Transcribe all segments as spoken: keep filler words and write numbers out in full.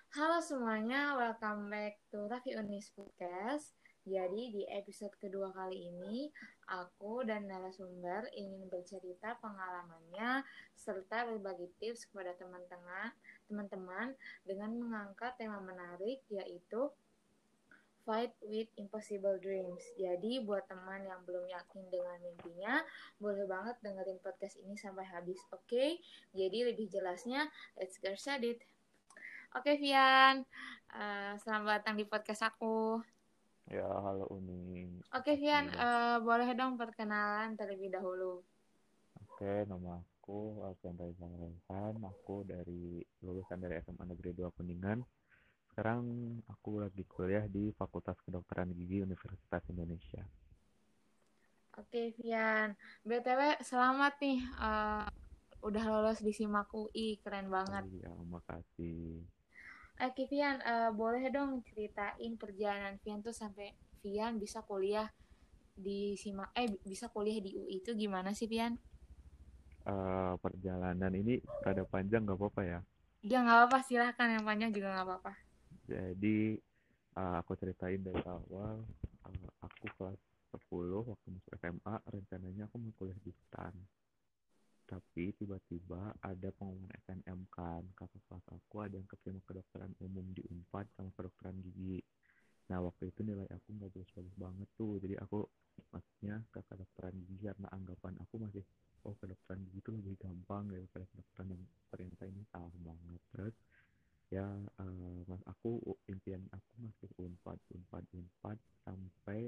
Halo semuanya, welcome back to Raffi Unis Podcast. Jadi di episode kedua kali ini, aku dan narasumber ingin bercerita pengalamannya serta berbagi tips kepada teman-teman, teman-teman dengan mengangkat tema menarik yaitu Fight with Impossible Dreams. Jadi buat teman yang belum yakin dengan mimpinya, boleh banget dengerin podcast ini sampai habis, oke? Okay? Jadi lebih jelasnya, let's get started. Oke, Vian. Uh, selamat datang di podcast aku. Ya, halo Uni. Oke, Vian. Makasih udah. Uh, boleh dong perkenalan terlebih dahulu. Oke, nama aku Alfian Raizal Raihan. Aku dari lulusan dari S M A Negeri dua Kuningan. Sekarang aku lagi kuliah di Fakultas Kedokteran Gigi Universitas Indonesia. Oke, Vian. B T W, selamat nih. Uh, udah lolos di SIMAK U I. Keren Oh banget. iya, makasih. Oke, Vian. Uh, boleh dong ceritain perjalanan Vian tuh sampai Vian bisa kuliah di SIMAK. Eh, bisa kuliah di U I itu gimana sih, Vian? Eh, perjalanan ini rada panjang nggak apa-apa ya. Ya, nggak apa-apa. Silahkan. Yang panjang juga nggak apa-apa. Jadi eh, aku ceritain dari awal. Eh, aku kelas sepuluh waktu masuk S M A, rencananya aku mau kuliah di STAN. Tapi tiba-tiba ada pengumuman S N M kan, kakak kelas aku ada yang keterima kedokteran umum di Unpad sama kedokteran gigi. Nah waktu itu nilai aku nggak bagus-bagus banget tuh, jadi aku maksudnya ke kedokteran gigi karena anggapan aku masih, oh kedokteran gigi itu lebih gampang daripada kedokteran yang ternyata ini salah banget. Terus ya eh, mas aku impian aku masih Unpad, Unpad, Unpad sampai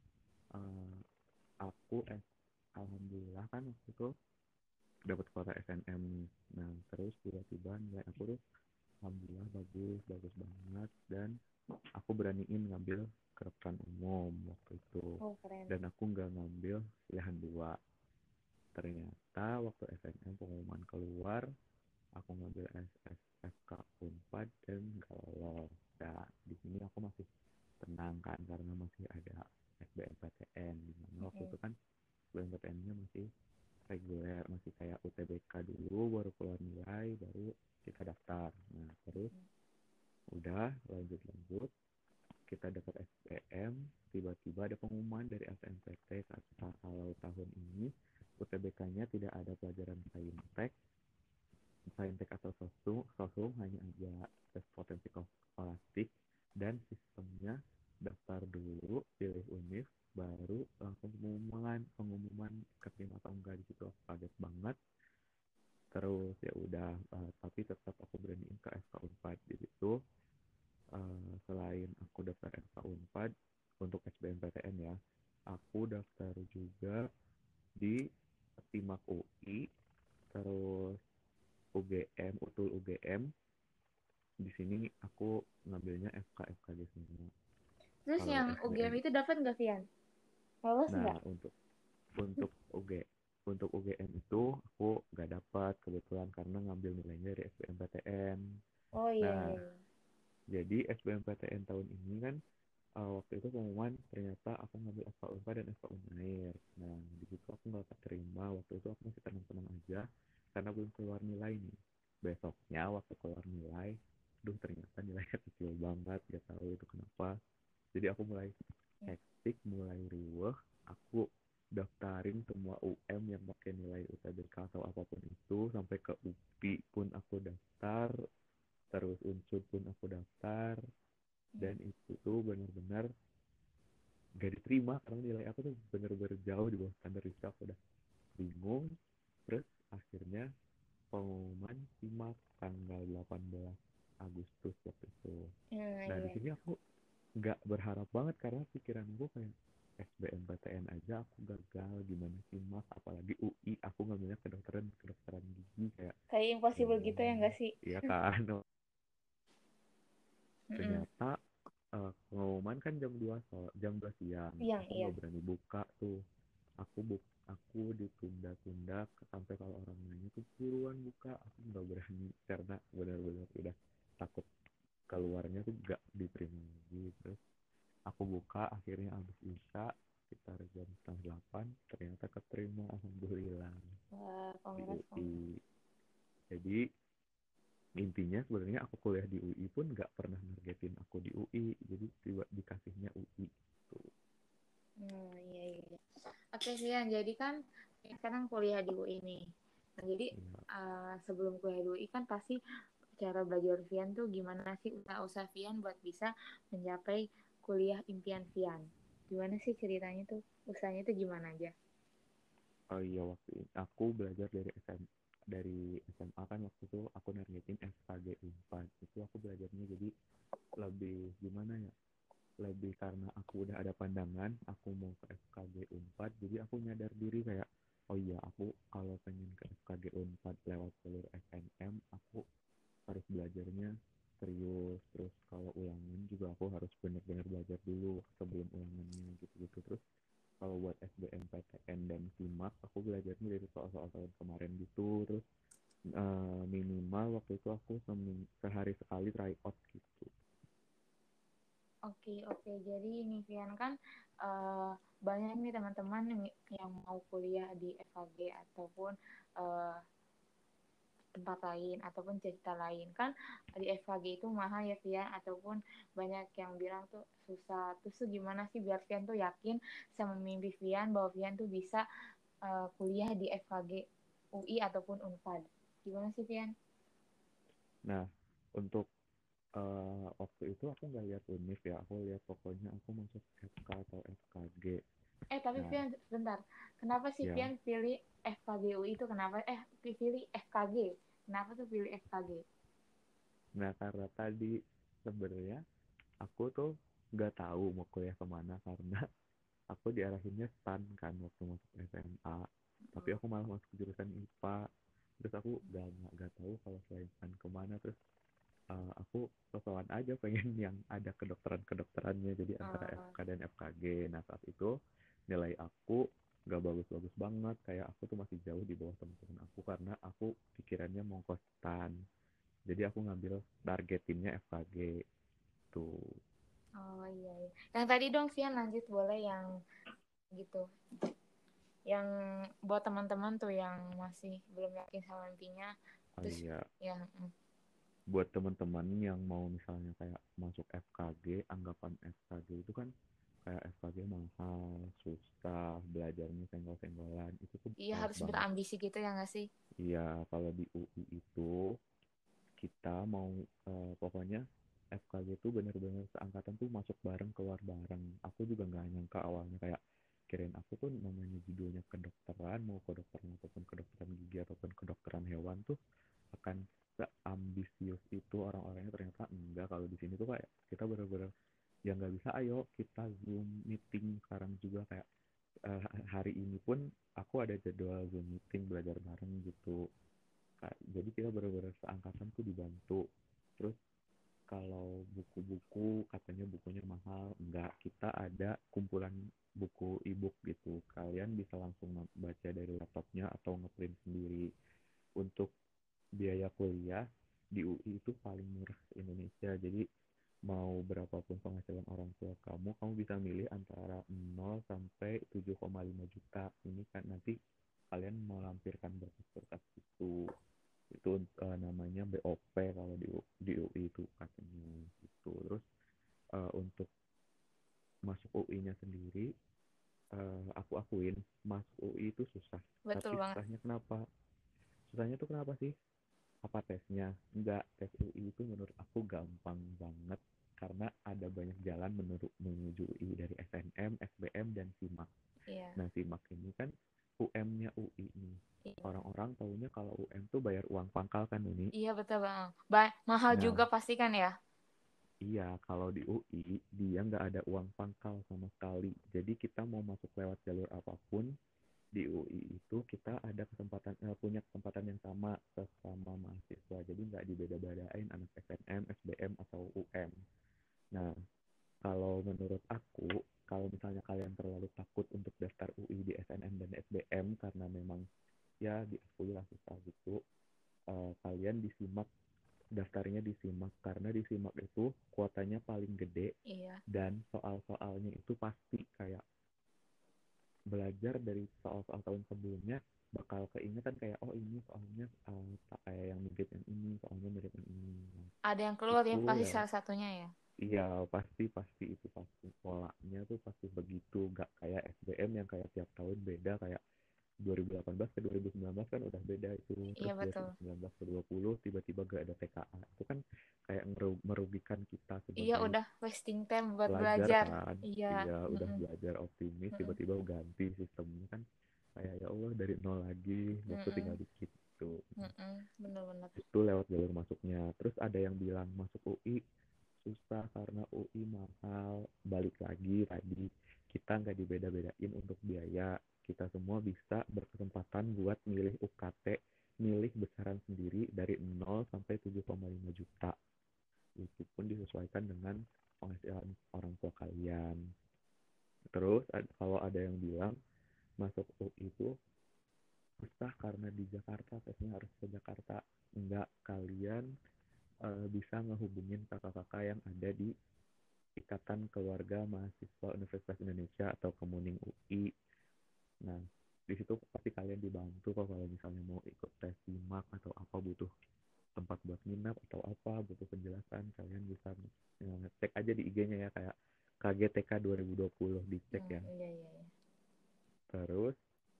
eh, aku eh, alhamdulillah kan waktu itu dapat kuota S N M nih. Nah, terus tiba-tiba nilai aku tuh alhamdulillah bagus, bagus banget dan aku beraniin ngambil kedokteran umum waktu itu. Oh, keren. Dan aku nggak ngambil pilihan dua. Ternyata waktu S N M pengumuman keluar, aku ngambil S S F K Unpad dan nggak lolos. Nah, di sini aku masih tenang kan karena masih ada S B M P T N. Dimana waktu Mm-mm. itu kan S B M P T N-nya masih reguler, masih kayak U T B K dulu, baru keluar nilai, baru kita daftar. Nah terus udah lanjut-lanjut, kita dapat S B M, tiba-tiba ada pengumuman dari S N P T kalau tahun ini U T B K-nya tidak ada pelajaran saintek, saintek atau sosum, sosum hanya ada tes potensi skolastik dan sistemnya daftar dulu, pilih univ, baru langsung pengumuman pengumuman keterima atau enggak. Di situ aku kaget banget. Terus ya udah, uh, tapi tetap aku beraniin ke F K Unpad. Di situ uh, selain aku daftar F K Unpad untuk S B M P T N ya, aku daftar juga di Timak U I, terus U G M, Utul U G M. Di sini aku ngambilnya F K F K G semua. Terus Kalau yang U G M S B M, itu dapat nggak, Vian? Lolos nah nggak? untuk untuk U G untuk U G M itu aku nggak dapat kebetulan karena ngambil nilainya dari S B M P T N. Oh, iya, Nah, iya, iya. jadi S B M P T N tahun ini kan uh, waktu itu pengumuman ternyata aku ngambil F K U N P A dan F K Unair. Nah, di situ aku nggak terima. Waktu itu aku masih tenang-tenang aja karena belum keluar nilai nih. Besoknya waktu keluar nilai, aduh ternyata nilainya kecil banget, gak tahu itu kenapa. Jadi aku mulai hektik, mulai riweh. Aku daftarin semua U M yang pakai nilai U T B K atau apapun itu, sampai ke U P I pun aku daftar, terus unsur pun aku daftar, dan itu tuh benar-benar gak diterima karena nilai aku tuh benar-benar jauh di bawah standar. Itu aku udah bingung. Terus akhirnya pengumuman simak tanggal delapan belas Agustus waktu itu. Nah, Nah di iya. sini aku nggak berharap banget karena pikiran gue kayak S B M P T N aja aku gagal, gimana simak apalagi U I, aku ngambilnya kedokteran kedokteran gigi kayak Kayak ya impossible gitu ya nggak sih? iya kan. Mm-mm. Ternyata uh, pengumuman kan jam dua so jam dua siang, Yang aku iya. nggak berani buka tuh. Aku buk aku ditunda-tunda sampai kalau orang nanya tuh buruan buka, aku nggak berani karena benar-benar udah takut keluarnya tuh nggak diterima lagi. Terus aku buka akhirnya habis bisa sekitar jam setengah delapan, ternyata keterima alhamdulillah Wah, di kongres, kongres. U I. Jadi intinya sebenarnya makanya aku kuliah di U I pun nggak pernah nargetin aku di U I, jadi tiba dikasihnya U I gitu. Hmm, iya iya. Oke Vian, jadi kan sekarang kuliah di U I nih. Nah, jadi Ya, uh, sebelum kuliah di U I kan pasti cara belajar Vian tuh gimana sih usaha-usaha Vian buat bisa mencapai kuliah impian Vian. Gimana sih ceritanya tuh? Usahanya tuh gimana aja? oh iya, waktu itu aku belajar dari S M dari S M A kan, waktu itu aku nargetin F K G Unpad. Itu aku belajarnya jadi lebih gimana ya, lebih karena aku udah ada pandangan aku mau ke F K G Unpad, jadi aku nyadar diri kayak, oh iya, aku kalau pengen ke F K G Unpad lewat jalur S N M, aku harus belajarnya serius. Terus kalau ulangan juga aku harus benar-benar belajar dulu sebelum ulangannya gitu-gitu. Terus kalau buat S B M P T N dan SIMAK, aku belajarnya dari soal-soal tahun kemarin gitu. Terus uh, minimal waktu itu aku seming, sehari sekali try out gitu. Oke, oke. Jadi ini Vian kan uh, banyak nih teman-teman yang, yang mau kuliah di F K G ataupun uh, tempat lain ataupun cerita lain kan di F K G itu mahal ya Vian ataupun banyak yang bilang tuh susah. Terus tuh gimana sih biar Vian tuh yakin sama mimpi Vian bahwa Vian tuh bisa uh, kuliah di F K G U I ataupun Unpad. Gimana sih Vian? Nah, untuk uh, waktu itu aku nggak lihat univ ya, aku lihat pokoknya aku masuk F K atau F K G. Eh tapi Nah, Vian sebentar. Kenapa sih ya, Vian pilih F K G U I itu kenapa? Eh pilih F K G. Kenapa tuh pilih F K G? nah karena tadi sebenarnya aku tuh nggak tahu mau kuliah kemana, karena aku diarahinnya STAN kan waktu masuk S M A, tapi Hmm. aku malah masuk jurusan I P A. Terus aku gak nggak nggak tahu kalau selain STAN kemana. Terus uh, aku sosokan aja pengen yang ada kedokteran kedokterannya, jadi antara Uh, F K dan F K G. Nah, saat itu nilai aku gak bagus-bagus banget, kayak aku tuh masih jauh di bawah teman-teman aku karena aku pikirannya mau ke STAN, jadi aku ngambil targetinnya F K G tuh. oh iya, iya. Yang tadi dong Vian lanjut boleh yang gitu. Yang buat teman-teman tuh yang masih belum yakin sama mimpinya. Oh Terus iya, ya mm, buat teman-teman yang mau misalnya kayak masuk F K G, anggapan F K G itu kan kayak F K G mahal, susah, belajarnya senggol-senggolan, itu tuh iya salah harus banget. berambisi gitu ya nggak sih? Iya, kalau di U I itu kita mau uh, pokoknya F K G itu bener-bener seangkatan tuh masuk bareng keluar bareng. Aku juga nggak nyangka awalnya, kayak kirain aku tuh namanya judulnya kedokteran, mau kedokteran ataupun kedokteran gigi ataupun kedokteran hewan tuh akan seambisius itu orang-orangnya. Ternyata enggak. Kalau di sini tuh kayak kita bener-bener ya nggak bisa, ayo kita zoom meeting sekarang juga, kayak uh, hari ini pun aku ada jadwal zoom meeting belajar bareng gitu. Jadi kita benar-benar seangkatan tuh dibantu. Terus kalau buku-buku katanya bukunya mahal, enggak, kita ada kumpulan buku e-book gitu, kalian bisa langsung baca dari laptopnya atau ngeprint sendiri. Untuk biaya kuliah di U I itu paling murah di Indonesia, jadi mau berapapun penghasilan orang tua kamu, kamu bisa milih antara nol sampai tujuh koma lima juta. Ini kan nanti kalian melampirkan berkas-berkas itu itu uh, namanya B O P kalau di, di U I itu katanya gitu. Terus uh, untuk masuk U I-nya sendiri, uh, aku akuin masuk U I itu susah. Betul Tapi banget. susahnya kenapa? Susahnya tuh kenapa sih? Apa tesnya? Enggak, tes U I itu menurut aku gampang banget karena ada banyak jalan menurut menuju U I dari S N M, S B M, dan SIMAK. Iya. Nah, SIMAK ini kan U M-nya U I nih. Iya. Orang-orang taunya kalau U M tuh bayar uang pangkal kan, Uni. Iya betul bang. Ba- mahal Nah, juga pasti kan ya? iya, kalau di U I dia nggak ada uang pangkal sama sekali. Jadi kita mau masuk lewat jalur apapun di U I itu kita ada kesempatan, eh, punya kesempatan yang sama sesama mahasiswa. Jadi nggak dibeda-bedain anak S N M, S B M, atau U M. Nah, kalau menurut aku, kalau misalnya kalian terlalu takut untuk daftar U I di S N M dan S B M karena memang ya diakui lah susah gitu, eh, kalian disimak daftarnya di SIMAK, karena di SIMAK itu kuotanya paling gede Iya. dan soal-soalnya itu pasti kayak belajar dari soal-soal tahun sebelumnya bakal keingetan kayak oh ini soalnya uh, tak kayak yang mirip yang ini, soalnya mirip yang ini. Nah, Ada yang keluar ya itu pasti lewat. salah satunya ya. Iya, pasti pasti itu pasti polanya tuh pasti begitu, gak kayak S B M yang kayak tiap tahun beda, kayak dua ribu delapan belas ke dua ribu sembilan belas kan udah beda itu, Iya terus betul. dua ribu sembilan belas ke dua puluh tiba-tiba gak ada T K A, itu kan kayak merugikan kita Iya sebagai udah wasting time buat pelajar belajar. kan. Iya. Iya, udah Mm-mm. belajar optimis Mm-mm. tiba-tiba ganti sistemnya kan, kayak ya Allah dari nol lagi, waktu tinggal Mm-mm. dikit tuh. Mm-mm. Bener-bener. Itu lewat jalur masuknya. Terus ada yang bilang masuk U I susah karena U I mahal. Balik lagi tadi, kita nggak dibeda-bedain untuk biaya. Kita semua bisa berkesempatan buat milih U K T, milih besaran sendiri dari nol sampai tujuh koma lima juta. Itu pun disesuaikan dengan penghasilan orang tua kalian. Terus kalau ada yang bilang masuk U I itu susah karena di Jakarta, tesnya harus ke Jakarta. Enggak, kalian uh, bisa ngehubungin kakak-kakak yang ada di Ikatan Keluarga Mahasiswa Universitas Indonesia atau Kemuning U I. Nah, di situ pasti kalian dibantu kok kalau misalnya mau ikut tes simak atau apa, butuh tempat buat nginap atau apa, butuh penjelasan, kalian bisa ngecek aja di I G-nya ya, kayak K G T K dua ribu dua puluh, dicek Hmm, ya. iya iya iya. Terus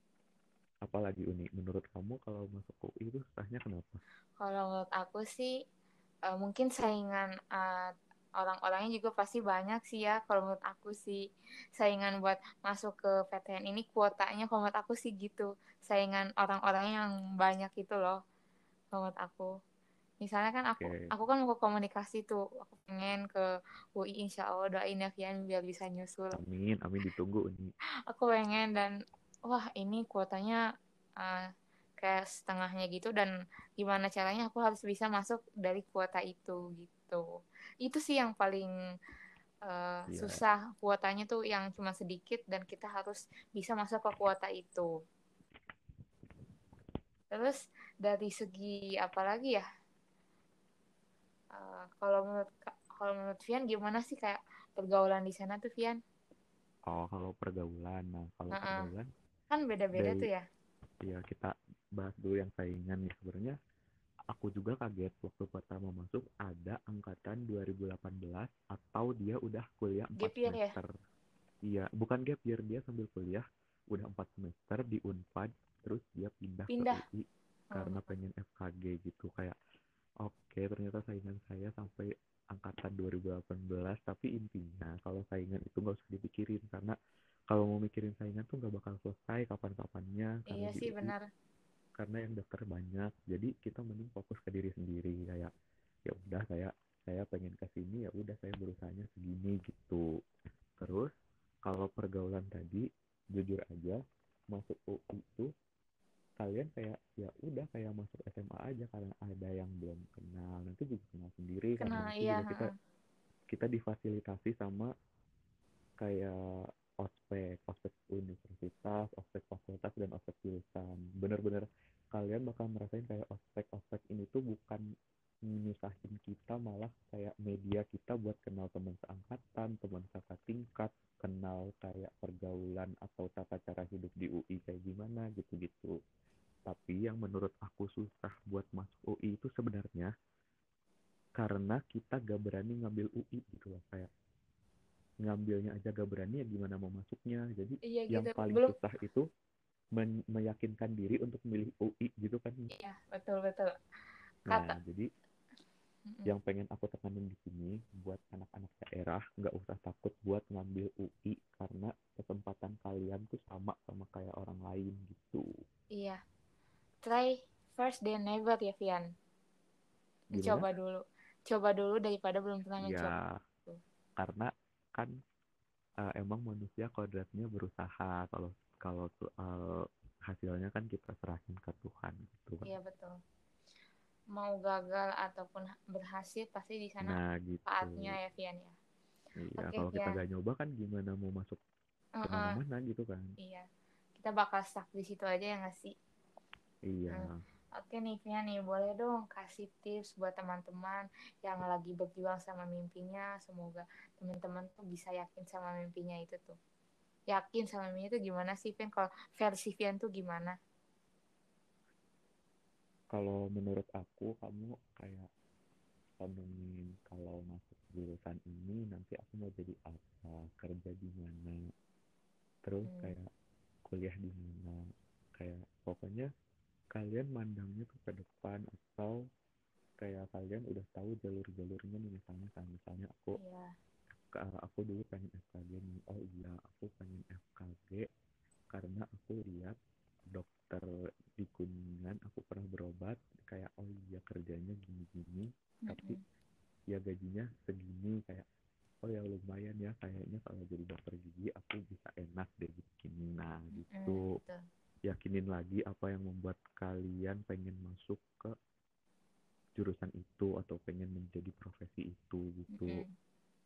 apalagi Uni, menurut kamu kalau masuk U I itu susahnya kenapa? Kalau menurut aku sih eh, mungkin saingan eh, orang-orangnya juga pasti banyak sih ya. Kalau menurut aku sih saingan buat masuk ke P T N ini kuotanya kalau menurut aku sih gitu. Saingan orang-orang yang banyak itu loh kalau menurut aku. Misalnya kan aku Oke, aku kan mau ke komunikasi tuh. Aku pengen ke U I insya Allah doain ya Kian biar bisa nyusul. amin, amin, ditunggu Uni. Aku pengen dan wah ini kuotanya uh, kayak setengahnya gitu dan gimana caranya aku harus bisa masuk dari kuota itu gitu. Itu sih yang paling uh, Iya, susah, kuotanya tuh yang cuma sedikit dan kita harus bisa masuk ke kuota itu. Terus dari segi apa lagi ya? Uh, kalau menurut kalau menurut Vian gimana sih kayak pergaulan di sana tuh Vian? oh kalau pergaulan, nah kalau Heeh. pergaulan Kan beda-beda dari, tuh ya. ya kita bahas dulu yang saingan ya. Sebenarnya aku juga kaget waktu pertama masuk ada angkatan dua ribu delapan belas atau dia udah kuliah empat Gap year ya? semester. Iya, bukan gap year, dia sambil kuliah udah empat semester di Unpad, terus dia pindah ke Pindah. U I Hmm. karena pengen F K G gitu. Kayak oke, ternyata saingan saya sampai angkatan dua ribu delapan belas, tapi intinya kalau saingan itu nggak usah dipikirin, karena kalau mau mikirin saingan tuh nggak bakal selesai kapan-kapannya, karena Iya di sih U I benar. karena yang daftar banyak, jadi kita mending fokus ke diri sendiri, kayak ya udah saya saya pengen ke sini, ya udah saya berusahanya segini gitu. Terus kalau pergaulan tadi, jujur aja masuk U I itu kalian kayak ya udah kayak masuk S M A aja, karena ada yang belum kenal nanti juga kenal sendiri, karena Kena nanti iya. juga kita Heeh. kita difasilitasi sama kayak ospek ospek universitas, ospek fakultas, dan ospek jurusan. Bener-bener kalian bakal merasain kayak ospek ospek ini tuh bukan menyusahin kita, malah kayak media kita buat kenal teman seangkatan, teman kakak tingkat, kenal kayak pergaulan atau tata cara hidup di U I kayak gimana gitu-gitu. Tapi yang menurut aku susah buat masuk U I itu sebenarnya karena kita gak berani ngambil U I gitu loh, kayak ngambilnya aja gak berani, ya gimana mau masuknya. Jadi Iya yang gitu. paling Belum. susah itu men- meyakinkan diri untuk milih U I gitu kan. Iya betul betul. Nah, Kata. jadi Mm-mm. yang pengen aku tekanin di sini buat anak-anak daerah, nggak usah takut buat ngambil U I, karena kesempatan kalian tuh sama sama kayak orang lain gitu. Iya. Try first then never ya Vian. Gimana? Coba dulu. Coba dulu daripada belum pernah mencoba. Ya, karena kan uh, emang manusia kodratnya berusaha, kalau kalau soal hasilnya kan kita serahin ke Tuhan gitu kan. Iya betul. Mau gagal ataupun berhasil pasti di sana Nah gitu. saatnya ya Vian ya. Iya, Oke kalau kita Vian. gak nyoba kan gimana mau masuk Uh-uh. kemana-mana gitu kan. Iya. Kita bakal stuck di situ aja ya nggak sih? Hmm. Iya, Oke nih Vian nih, boleh dong kasih tips buat teman-teman yang lagi berjuang sama mimpinya. Semoga teman-teman tuh bisa yakin sama mimpinya itu tuh. Yakin sama mimpinya itu gimana sih Vian? Kalau versi Vian tuh gimana? kalau menurut aku kamu kayak ngomongin kalau masuk jurusan ini nanti aku mau jadi apa, kerja di mana, terus Hmm. kayak kuliah di mana, kayak pokoknya kalian mandangnya tuh ke depan, atau kayak kalian udah tahu jalur-jalurnya nih, misalnya kan misalnya aku Iya. aku dulu pengen F K G nih, oh iya aku pengen F K G karena aku lihat dokter di Kuningan, aku pernah berobat, kayak oh iya kerjanya gini-gini, tapi Mm-mm. ya gajinya segini, kayak oh ya lumayan ya, kayaknya kalau jadi dokter gigi aku bisa enak deh begini. Nah Mm-mm, gitu, betul. yakinin lagi apa yang membuat kalian pengen masuk ke jurusan itu atau pengen menjadi profesi itu gitu. Mm-mm.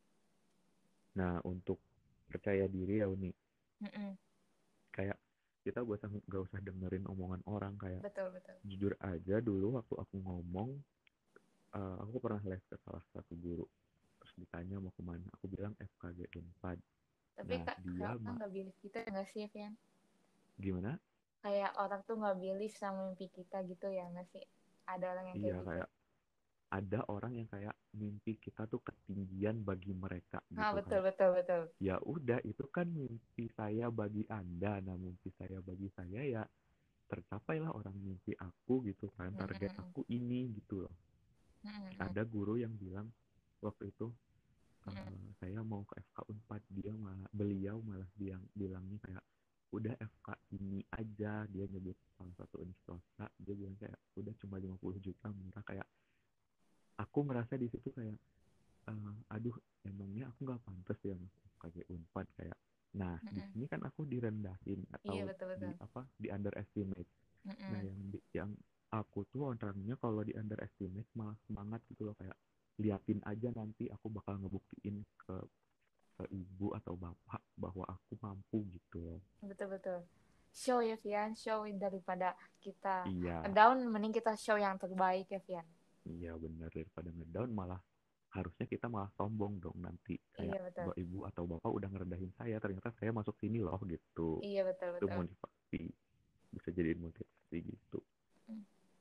Nah untuk percaya diri ya Uni, Mm-mm. kayak kita gak usah gak usah dengerin omongan orang, kayak Betul, betul. jujur aja dulu waktu aku ngomong, uh, aku pernah les ke salah satu guru, terus ditanya mau kemana, aku bilang F K G Unpad. Tapi Nah kak, dia kayak kan mah nggak believe kita nggak sih, Fian? gimana, Kayak orang tuh nggak believe sama mimpi kita gitu ya nggak sih? Ada orang yang kayak iya gitu. kayak ada orang yang kayak mimpi kita tuh ketinggian bagi mereka Ah, gitu, betul, kayak betul, betul. ya udah itu kan mimpi saya bagi anda, nah mimpi saya bagi saya ya tercapailah orang mimpi aku gitu kan, target Mm-mm. aku ini gitu loh. Mm-mm. Ada guru yang bilang waktu itu, Mm-mm. uh, saya mau ke F K Unpad, dia malah beliau malah bilang bilangnya kayak udah F K ini aja, dia nyebut salah satu universitas, dia bilang kayak udah cuma lima puluh juta murah, kayak aku merasa di situ kayak uh, aduh emangnya aku nggak pantas ya masuk F K G Unpad, kayak nah di Mm-mm. sini kan aku direndahin Iya, atau betul, di betul. apa di underestimate. Nah Mm-mm. yang di- yang aku tuh orangnya kalau di underestimate malah semangat gitu loh, kayak liatin aja nanti aku bakal ngebuktiin ke ke ibu atau bapak bahwa aku mampu gitu loh. Betul, betul. Show ya, Fian. Show daripada kita Iya, down, mending kita show yang terbaik ya, Fian. iya benar, daripada ngedown malah harusnya kita malah sombong dong nanti, kayak Iya, betul. mbak ibu atau bapak udah ngerendahin saya, ternyata saya masuk sini loh gitu. Iya, betul, Itu betul. motivasi, bisa jadi motivasi gitu. Mm.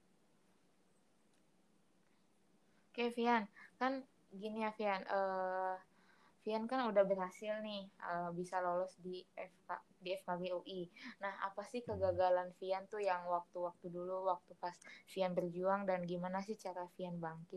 Oke, Fian. Kan gini ya, Fian. Eh Vian kan udah berhasil nih uh, bisa lolos di F K, di F K G U I. Nah, apa sih Hmm. kegagalan Vian tuh yang waktu-waktu dulu waktu pas Vian berjuang dan gimana sih cara Vian bangkit?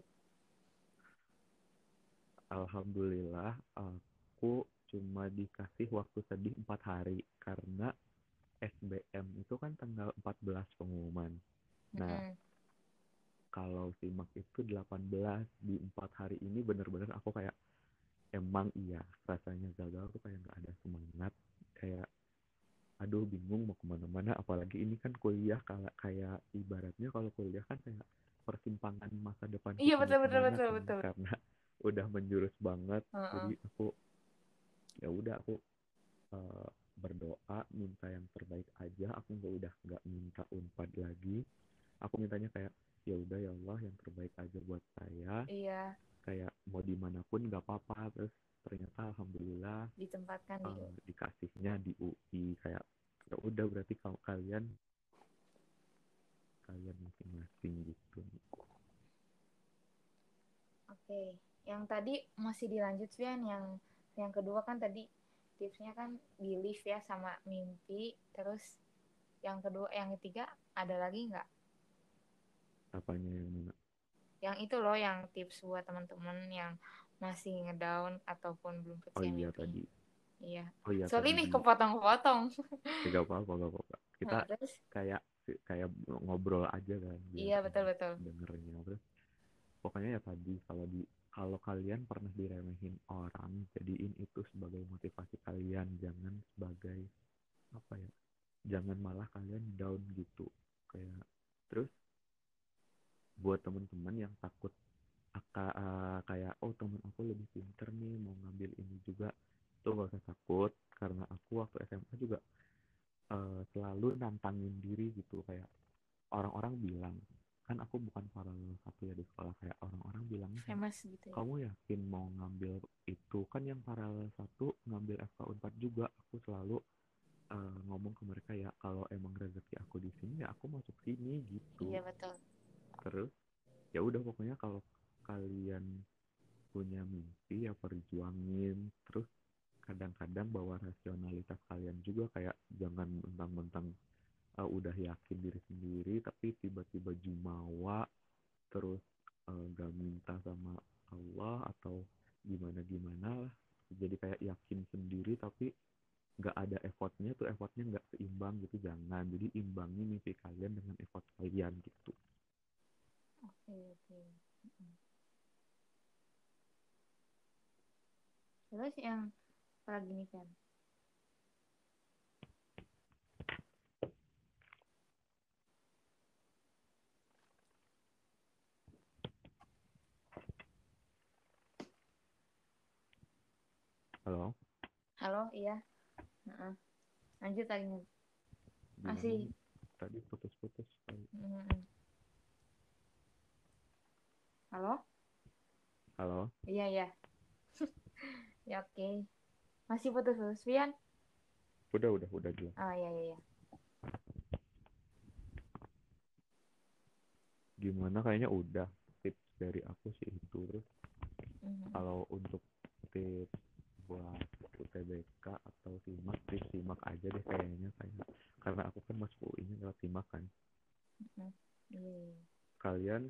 Alhamdulillah aku cuma dikasih waktu sedih empat hari karena S B M itu kan tanggal empat belas pengumuman. Nah, Mm-mm. kalau SIMAK itu delapan belas, di empat hari ini bener-bener aku kayak emang iya rasanya gagal tuh, kayak nggak ada semangat, kayak aduh bingung mau kemana-mana, apalagi ini kan kuliah, kayak kayak ibaratnya kalau kuliah kan kayak persimpangan masa depan Iya kita betul betul gimana betul kan, betul. karena udah menjurus banget. Uh-uh. Jadi aku ya udah aku uh, berdoa minta yang terbaik aja, aku nggak udah nggak minta unpad lagi, aku mintanya kayak ya udah ya Allah yang terbaik aja buat saya, Iya, kayak mau dimanapun nggak apa-apa. Terus ternyata alhamdulillah ditempatkan di uh, dikasihnya di U I, kayak ya udah berarti kalau kalian kalian masing-masing gitu. Oke, yang tadi masih dilanjut Vian, yang yang kedua kan tadi tipsnya kan belief ya sama mimpi, terus yang kedua, yang ketiga ada lagi nggak? Apanya yang mana? Yang itu loh yang tips buat teman-teman yang masih ngedown ataupun belum Oh percaya iya mimpinya. tadi, Iya. oh iya Soalnya tadi ini di kepotong-potong. ya, gak apa-apa gak apa-apa, kita Nah, terus kayak kayak ngobrol aja kan biar iya betul enak betul. dengernya. Terus pokoknya ya tadi, kalau di kalau kalian pernah diremehin orang, jadiin itu sebagai motivasi kalian, jangan sebagai apa ya, jangan malah kalian down gitu, kayak terus buat teman-teman yang takut aka, uh, kayak oh temen aku lebih pinter nih mau ngambil ini juga, tuh gak usah takut, karena aku waktu S M A juga uh, selalu nantangin diri gitu, kayak orang-orang bilang kan aku bukan paralel satu ya di sekolah, kayak orang-orang bilangnya kayak Famous gitu ya. kamu yakin mau ngambil itu, kan yang paralel satu ngambil F K Unpad juga. Aku selalu uh, ngomong ke mereka ya kalau emang rezeki aku di sini ya aku masuk sini gitu. Iya betul. Terus ya udah pokoknya kalau kalian punya mimpi ya perjuangin. Terus kadang-kadang bawa rasionalitas kalian juga, kayak jangan mentang-mentang uh, udah yakin diri sendiri tapi tiba-tiba jumawa terus uh, gak minta sama Allah atau gimana-gimana lah, jadi kayak yakin sendiri tapi gak ada effortnya, tuh effortnya gak seimbang gitu. Jangan, jadi imbangi mimpi kalian dengan effort kalian gitu. Oke, oke. Mm-mm. Terus yang lagi nih kan. Halo, Halo, iya. Heeh. Lanjut lagi. gimana Masih. nih, tadi putus-putus kali. Mm-mm. Halo? Halo, Iya, iya. Ya, oke. Masih putus-putus, Fian? udah udah udah jelas. Oh, iya, iya, iya. Gimana, kayaknya udah tips dari aku sih itu. Terus Mm-mm. kalau untuk tips buat U T B K atau SIMAK, tips SIMAK aja deh kayaknya, kayak karena aku kan masuk U I-nya lewat SIMAK kan. Mm-mm. Iya, iya. Kalian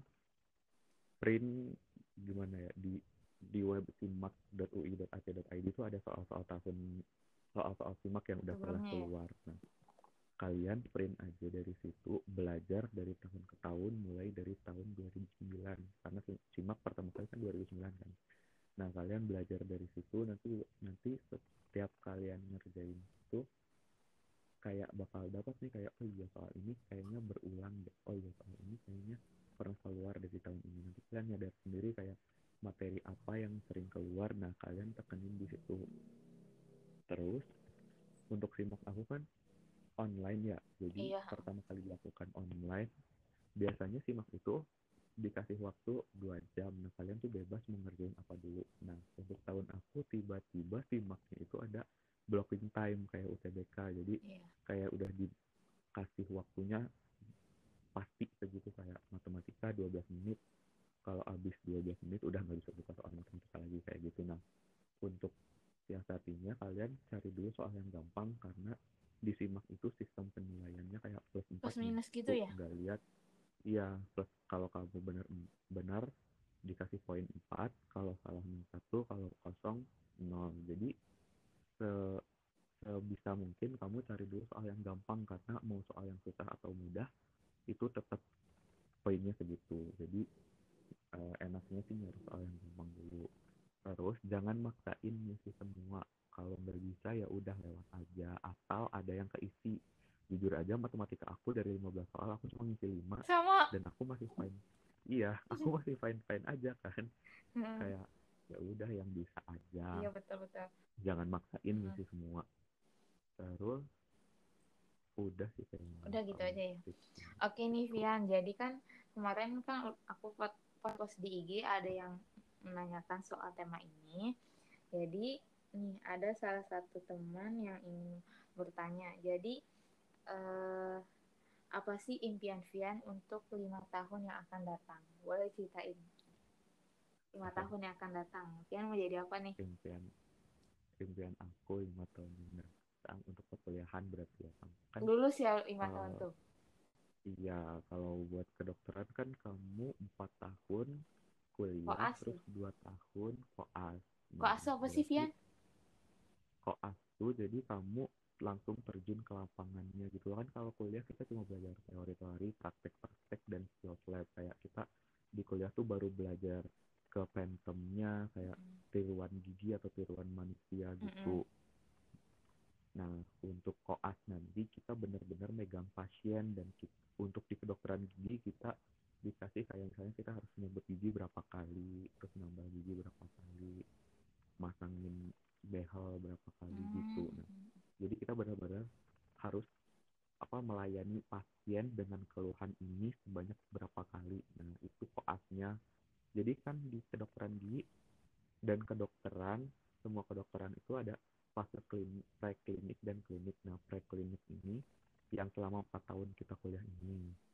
print gimana ya, di di web simak dot u i dot a c dot i d itu ada soal-soal tahun, soal-soal SIMAK yang udah pernah Sebelumnya ya. keluar. Nah, kalian print aja dari situ, belajar dari tahun ke tahun, mulai dari tahun dua ribu sembilan, karena SIMAK pertama kali kan dua ribu sembilan kan. Nah, kalian belajar dari situ, nanti nanti setiap kalian ngerjain itu kayak bakal dapat nih, kayak oh iya soal ini kayaknya berulang deh, oh iya soal ini kayaknya pernah keluar dari tahun ini. Nanti kalian nyadar sendiri kayak materi apa yang sering keluar, nah kalian tekenin di situ. Terus untuk SIMAK aku kan online ya, jadi Iya. pertama kali dilakukan online. Biasanya SIMAK itu dikasih waktu dua jam, nah kalian tuh bebas mau ngerjain apa dulu. Nah, untuk tahun aku tiba-tiba SIMAKnya itu ada blocking time kayak U T B K, jadi Iya. kayak udah dikasih waktunya pasti segitu, kayak matematika dua belas menit, kalau habis dua belas menit udah nggak bisa buka soal matematika lagi kayak gitu. Nah, untuk siasatinya kalian cari dulu soal yang gampang, karena di SIMAK itu sistem penilaiannya kayak plus empat Plus minus minus gitu satu, ya? nggak lihat. Iya, plus kalau kamu benar-benar dikasih poin empat, kalau salah minus satu, kalau kosong nol. Jadi se sebisa mungkin kamu cari dulu soal yang gampang, karena mau soal yang susah atau mudah itu tetap poinnya segitu. Jadi uh, enaknya sih nyari soal yang gampang dulu. Terus jangan maksain ngisi semua. Kalau nggak bisa ya udah lewat aja, asal ada yang keisi. Jujur aja matematika aku dari lima belas soal aku cuma ngisi lima, Sama. dan aku masih fine. Iya, aku masih fine fine aja kan. Hmm. Kayak ya udah yang bisa aja. Iya, betul-betul. Jangan maksain Hmm. ngisi semua. Terus udah sih kayaknya Udah gitu kalau aja ya. tipsnya. Oke nih, Vian. Jadi kan kemarin kan aku post di I G ada yang menanyakan soal tema ini. Jadi nih ada salah satu teman yang ingin bertanya. Jadi eh, apa sih impian Vian untuk lima tahun yang akan datang? Boleh ceritain lima tahun yang akan datang. Vian mau jadi apa nih? impian impian aku lima tahun mendatang untuk perkuliahan berarti ya kan. Lulus ya lima tahun uh, tuh. iya, kalau buat kedokteran kan kamu empat tahun kuliah Koas terus ya? dua tahun koas. Nah, Koas apa sih berarti Vian? koas tuh jadi kamu langsung terjun ke lapangannya gitu kan. Kalau kuliah kita cuma belajar teori-teori, praktek-praktek, dan skills lab. Kayak kita di kuliah tuh baru belajar ke pentemnya, kayak Mm-mm. tiruan gigi atau tiruan manusia Mm-mm. gitu. Nah, untuk koas nanti kita benar-benar megang pasien, dan kita, untuk di kedokteran gigi kita dikasih kayak misalnya kita harus nyebut gigi berapa kali, terus nambah gigi berapa kali, masangin behel berapa kali Mm. gitu. Nah, jadi kita benar-benar harus apa melayani pasien dengan keluhan ini sebanyak berapa kali. Nah, itu koasnya. Jadi kan di kedokteran gigi dan kedokteran, semua kedokteran itu ada fase klinik, preklinik dan klinik. Nah, preklinik ini yang selama empat tahun kita kuliah ini.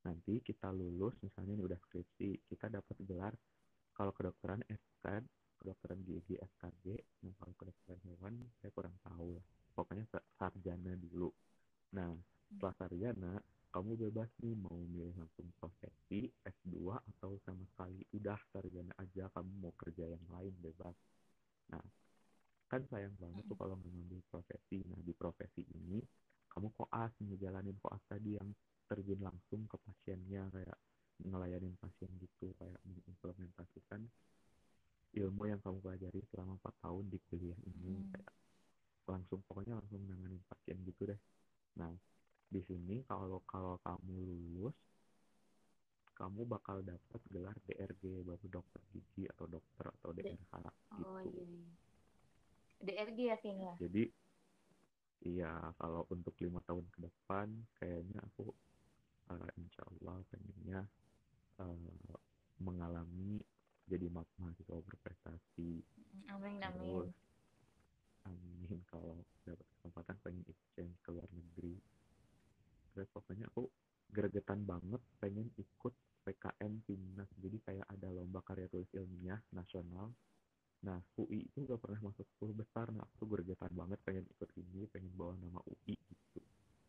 Nanti kita lulus, misalnya ini udah skripsi, kita dapat gelar kalau kedokteran F K, kedokteran gigi F K G. Nah, kalau kedokteran hewan saya kurang tahu lah. Pokoknya sarjana dulu. Nah, setelah sarjana, kamu bebas nih mau milih langsung profesi S dua atau sama sekali udah sarjana aja kamu mau kerja yang lain bebas. Nah, kan sayang banget tuh kalau nggak ngambil profesi. Nah, di profesi ini kamu koas, ngejalanin koas tadi yang terjun langsung ke pasiennya, kayak ngelayanin pasien gitu, kayak mengimplementasikan ilmu yang kamu pelajari selama empat tahun di kuliah ini, Hmm. kayak langsung pokoknya langsung nanganin pasien gitu deh. Nah, di sini kalau kalau kamu lulus, kamu bakal dapat gelar D R G, baru dokter gigi atau dokter atau D- D R H oh gitu. iya, iya. D R G ya, Vin ya? Jadi iya, kalau untuk lima tahun ke depan kayaknya aku uh, insya Allah pengennya uh, mengalami jadi ma- mahasiswa berprestasi. Amin, Terus amin. amin, kalau dapat kesempatan pengen exchange ke luar negeri. Terus pokoknya aku gregetan banget pengen ikut P K M Timnas. Jadi kayak ada lomba karya tulis ilmiah nasional. Nah, U I itu gak pernah masuk sepuluh besar. Nah, aku tuh gregetan banget pengen ikut ini, pengen bawa nama U I gitu.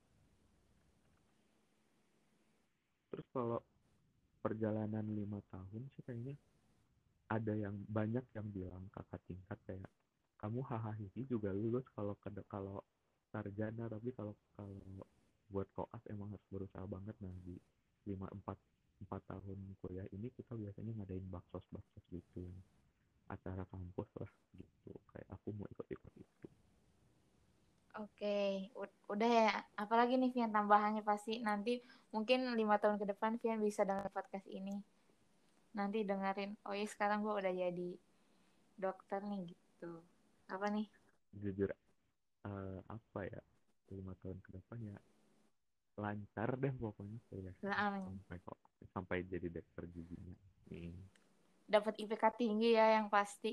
Terus kalau perjalanan lima tahun sih kayaknya ada yang banyak yang bilang kakak tingkat kayak kamu hahaha juga lulus kalau kalau sarjana, tapi kalau kalau buat koas emang harus berusaha banget. Nah, di lima empat empat tahun kuliah ini kita biasanya ngadain baksos baksos gitu, acara kampus lah gitu, kayak aku mau ikut-ikut itu. Oke, ud- udah ya. Apalagi nih Vian tambahannya pasti nanti mungkin lima tahun ke depan Vian bisa dengar podcast ini. Nanti dengerin, oh iya sekarang gue udah jadi dokter nih gitu. Apa nih? Jujur uh, apa ya, lima tahun ke depan ya lancar deh pokoknya kuliah Nah, amin. sampai kok sampai jadi dokter giginya. Hmm, Dapat I P K tinggi ya yang pasti.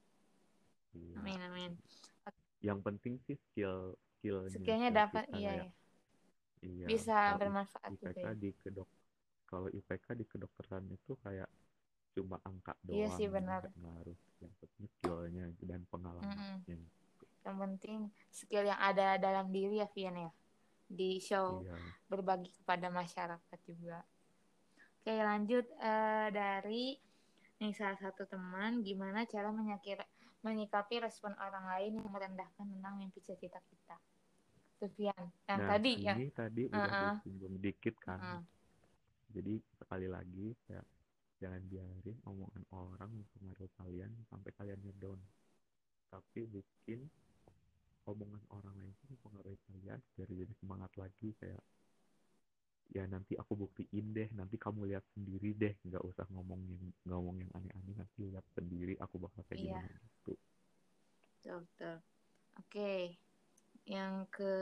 iya. Amin, amin. Yang penting sih skill skillnya Skillnya skill dapat, kita iya kayak ya. iya. Bisa Kalau bermanfaat juga I P K ya. di kedok kalau I P K di kedokteran itu kayak cuma angka Iya sih doang, jadi benar. nggak ngaruh. Yang penting skillnya dan Mm-mm. pengalamannya. Yang penting skill yang ada dalam diri ya Vian ya. Di show Iya. berbagi kepada masyarakat juga. Oke lanjut eh, dari nih salah satu teman gimana cara menyakir, menyikapi respon orang lain yang merendahkan tentang mimpi cita kita. Sufian, yang Nah, tadi yang ini tadi udah uh-uh, disinggung dikit kan. uh-uh. Jadi sekali lagi ya, jangan biarin omongan orang mempengaruhi kalian sampai kalian ngedown. Tapi bikin omongan orang lain itu mempengaruhi kalian biar jadi semangat lagi, kayak ya nanti aku buktiin deh, nanti kamu lihat sendiri deh, nggak usah ngomong yang ngomong yang aneh-aneh, nanti lihat sendiri aku bakal kayak Iya, gimana gitu. betul, betul. Oke, yang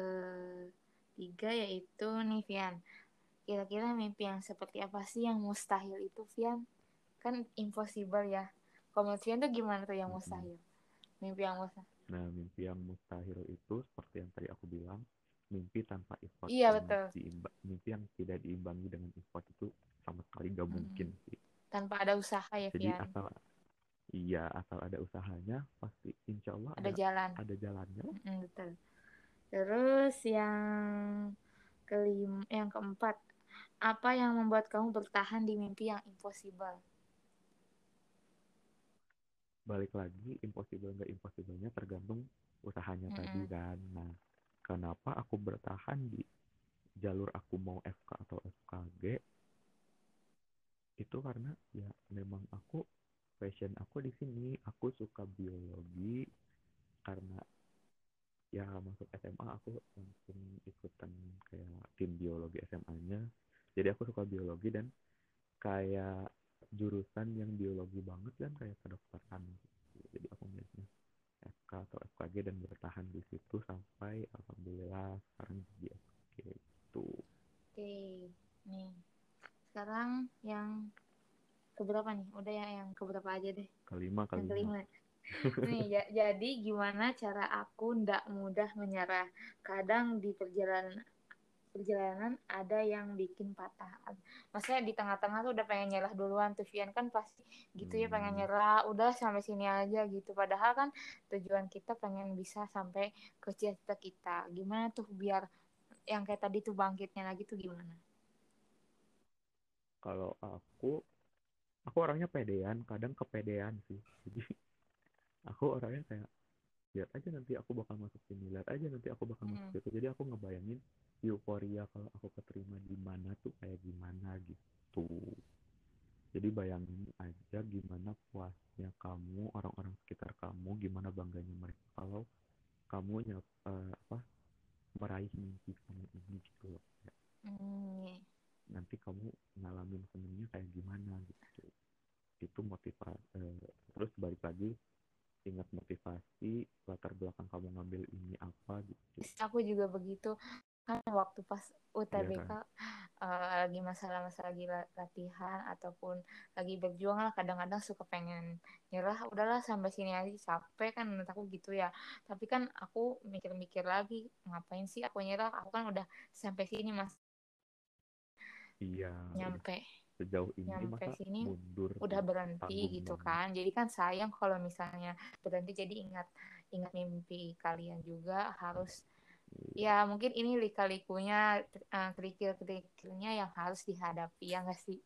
ketiga yaitu nih Vian. Kira-kira mimpi yang seperti apa sih yang mustahil itu Vian? Kan impossible ya. Kalau menurut Vian tuh gimana tuh yang Mm-mm. mustahil? Mimpi yang mustahil. Nah, mimpi yang mustahil itu seperti yang tadi aku bilang, mimpi tanpa effort, Iya yang betul. diimba, mimpi yang tidak diimbangi dengan effort itu sama sekali nggak Mm-mm. mungkin sih. Tanpa ada usaha ya Jadi Vian. asal iya asal ada usahanya pasti insya Allah Ada ada jalan. ada jalannya. Mm-mm, betul. Terus yang kelima, yang keempat, apa yang membuat kamu bertahan di mimpi yang impossible? Balik lagi, impossible nggak impossible-nya tergantung usahanya tadi Mm-mm. kan. Nah, kenapa aku bertahan di jalur aku mau F K atau F K G itu karena ya memang aku passion aku di sini, aku suka biologi. Karena ya masuk S M A aku langsung ikutan kayak tim biologi S M A-nya, jadi aku suka biologi dan kayak jurusan yang biologi banget kan kayak kedokteran gitu. Jadi aku milihnya F K atau F K G dan bertahan di situ sampai alhamdulillah sekarang jadi F K G itu. Oke, nih sekarang yang keberapa nih? Udah ya yang keberapa aja deh. Kelima Yang kelima. kelima. Nih, ya, jadi gimana cara aku ndak mudah menyerah? Kadang di perjalanan perjalanan ada yang bikin patah. Maksudnya di tengah-tengah tuh udah pengen nyerah duluan tuh Vian kan pasti gitu ya pengen Hmm, nyerah, udah sampai sini aja gitu. Padahal kan tujuan kita pengen bisa sampai ke cita kita. Gimana tuh biar yang kayak tadi tuh bangkitnya lagi tuh gimana? kalau aku, aku orangnya pedean, kadang kepedean sih. Jadi aku orangnya kayak lihat aja nanti aku bakal masuk sini, lihat aja nanti aku bakal masuk Hmm. situ. Jadi aku ngebayangin euforia kalau aku keterima di mana tuh kayak gimana gitu. Jadi bayangin aja gimana puasnya kamu, orang-orang sekitar kamu, gimana bangganya mereka kalau kamu nyap, eh, apa meraih mimpi kamu ini gitu loh. Kayak Hmm. nanti kamu ngalamin senengnya kayak gimana gitu. Itu motivasi. Terus balik lagi ingat motivasi latar belakang kamu ngambil ini apa gitu. Aku juga begitu kan waktu pas Iya U T B K kan. uh, lagi masalah-masalah lagi latihan ataupun lagi berjuang lah kadang-kadang suka pengen nyerah udahlah sampai sini aja capek kan menurut aku gitu ya tapi kan aku mikir-mikir lagi ngapain sih aku nyerah aku kan udah sampai sini mas Iya, udah nyampe sejauh ini nyampe masa sini mundur udah gitu, berhenti tanggung gitu banget. kan jadi kan sayang kalau misalnya berhenti jadi ingat ingat mimpi kalian juga harus Iya, ya mungkin ini lika-likunya uh, kerikil-kerikilnya yang harus dihadapi ya nggak sih.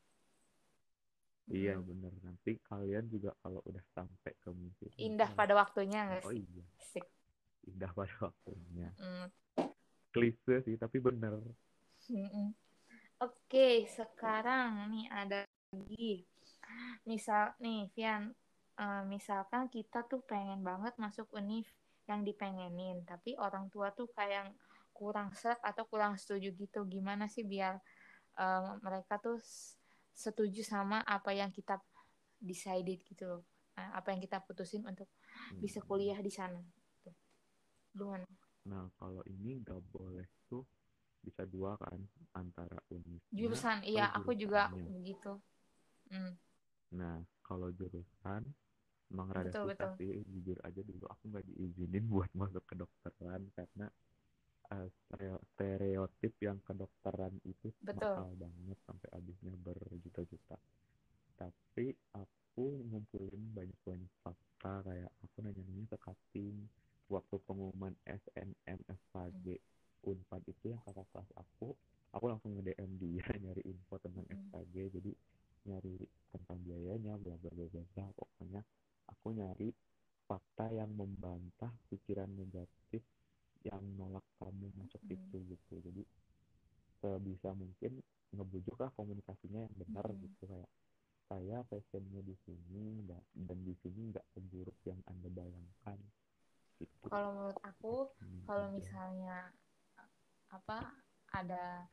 iya Hmm. bener. Nanti kalian juga kalau udah sampai ke mimpi itu nanti Indah kayak, pada waktunya nggak oh sih. iya, Sik. indah pada waktunya. Hmm. Klise sih, tapi bener. Hmm. Oke sekarang nih ada lagi misal nih Vian uh, misalkan kita tuh pengen banget masuk univ yang dipengenin tapi orang tua tuh kayak kurang serap atau kurang setuju gitu gimana sih biar uh, mereka tuh setuju sama apa yang kita decided gitu loh. Nah, apa yang kita putusin untuk bisa Hmm. kuliah di sana tuh. Gimana? Nah, kalau ini nggak boleh tuh bisa dua kan, antara univnya Jurusan atau iya aku juga jurusannya. begitu. Hmm, Nah, kalau jurusan emang rada betul susah betul sih, jujur aja dulu aku nggak diizinin buat masuk kedokteran karena eh, stereotip yang kedokteran itu betul. mahal banget sampai habisnya berjuta-juta. Tapi aku ngumpulin banyak-banyak fakta, kayak aku nanya-nanya ke cutting waktu pengumuman S N M F K G Unpad itu, yang kakak kelas aku aku langsung nge-D M dia nyari info tentang Hmm, F K G. Jadi nyari tentang biayanya bla bla bla bla bla. Pokoknya aku nyari fakta yang membantah pikiran negatif yang nolak kamu masuk hmm, itu gitu. Jadi sebisa mungkin ngebujuk lah komunikasinya yang benar hmm. gitu, kayak saya passionnya di sini dan, dan di sini nggak seburuk yang anda bayangkan gitu. Kalau menurut aku Ini kalau aja. misalnya apa ada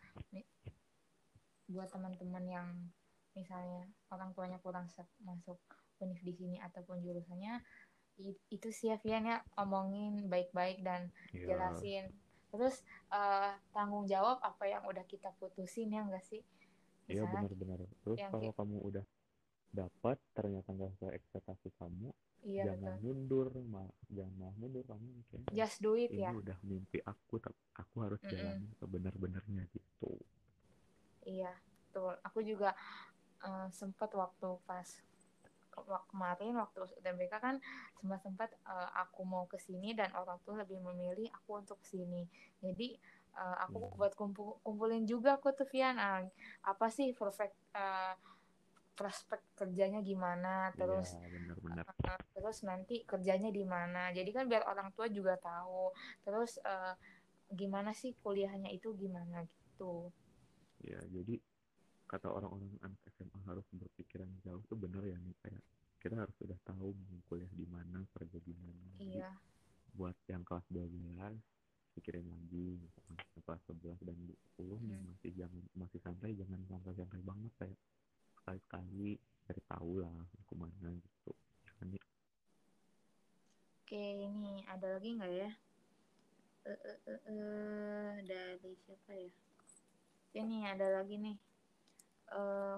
buat teman-teman yang misalnya orang tuanya kurang masuk univ di sini ataupun jurusannya itu sih ya Vian ya omongin baik-baik dan Ya, jelasin terus uh, tanggung jawab apa yang udah kita putusin ya enggak sih iya misalnya benar-benar. Terus yang kalau kayak kamu udah dapat ternyata nggak sesuai ekspektasi kamu, iya jangan betul mundur, mah jangan malah mundur. Kamu mungkin kayak just do it ini ya. udah mimpi aku, tapi aku harus Mm-mm. jalanin sebenar-benarnya gitu. Iya betul aku juga uh, sempat waktu pas ke- kemarin waktu U T B K kan sempat sempat uh, aku mau ke sini dan orang tua lebih memilih aku untuk kesini jadi uh, aku Hmm. buat kumpul kumpulin juga aku tuh Vian uh, apa sih perfect uh, prospek kerjanya gimana Iya terus benar-benar. uh, terus nanti kerjanya di mana jadi kan biar orang tua juga tahu terus uh, gimana sih kuliahnya itu gimana gitu. Ya jadi kata orang-orang anak S M A harus berpikiran jauh tuh bener ya nih, kayak kita harus sudah tahu mau kuliah di mana, kerja di mana. Jadi Iya. buat yang kelas dua belas pikirin lagi, misalkan yang kelas sebelas dan sepuluh nih Mm. masih jangan masih santai, jangan santai-santai banget, kayak sekali-sekali cari tahu lah mau kemana gitu. Kan ya. Oke ini ada lagi nggak ya eh eh eh eh, dari siapa ya ini ada lagi nih eh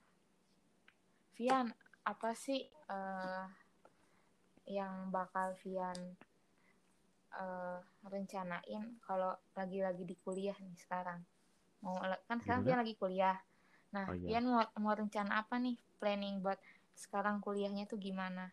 Vian apa sih eh yang bakal Vian uh, rencanain kalau lagi-lagi di kuliah nih sekarang. Mau kan sekarang Gimana? Pian lagi kuliah. Nah, Oh iya, Pian mau, mau rencana apa nih? Planning buat sekarang kuliahnya tuh gimana?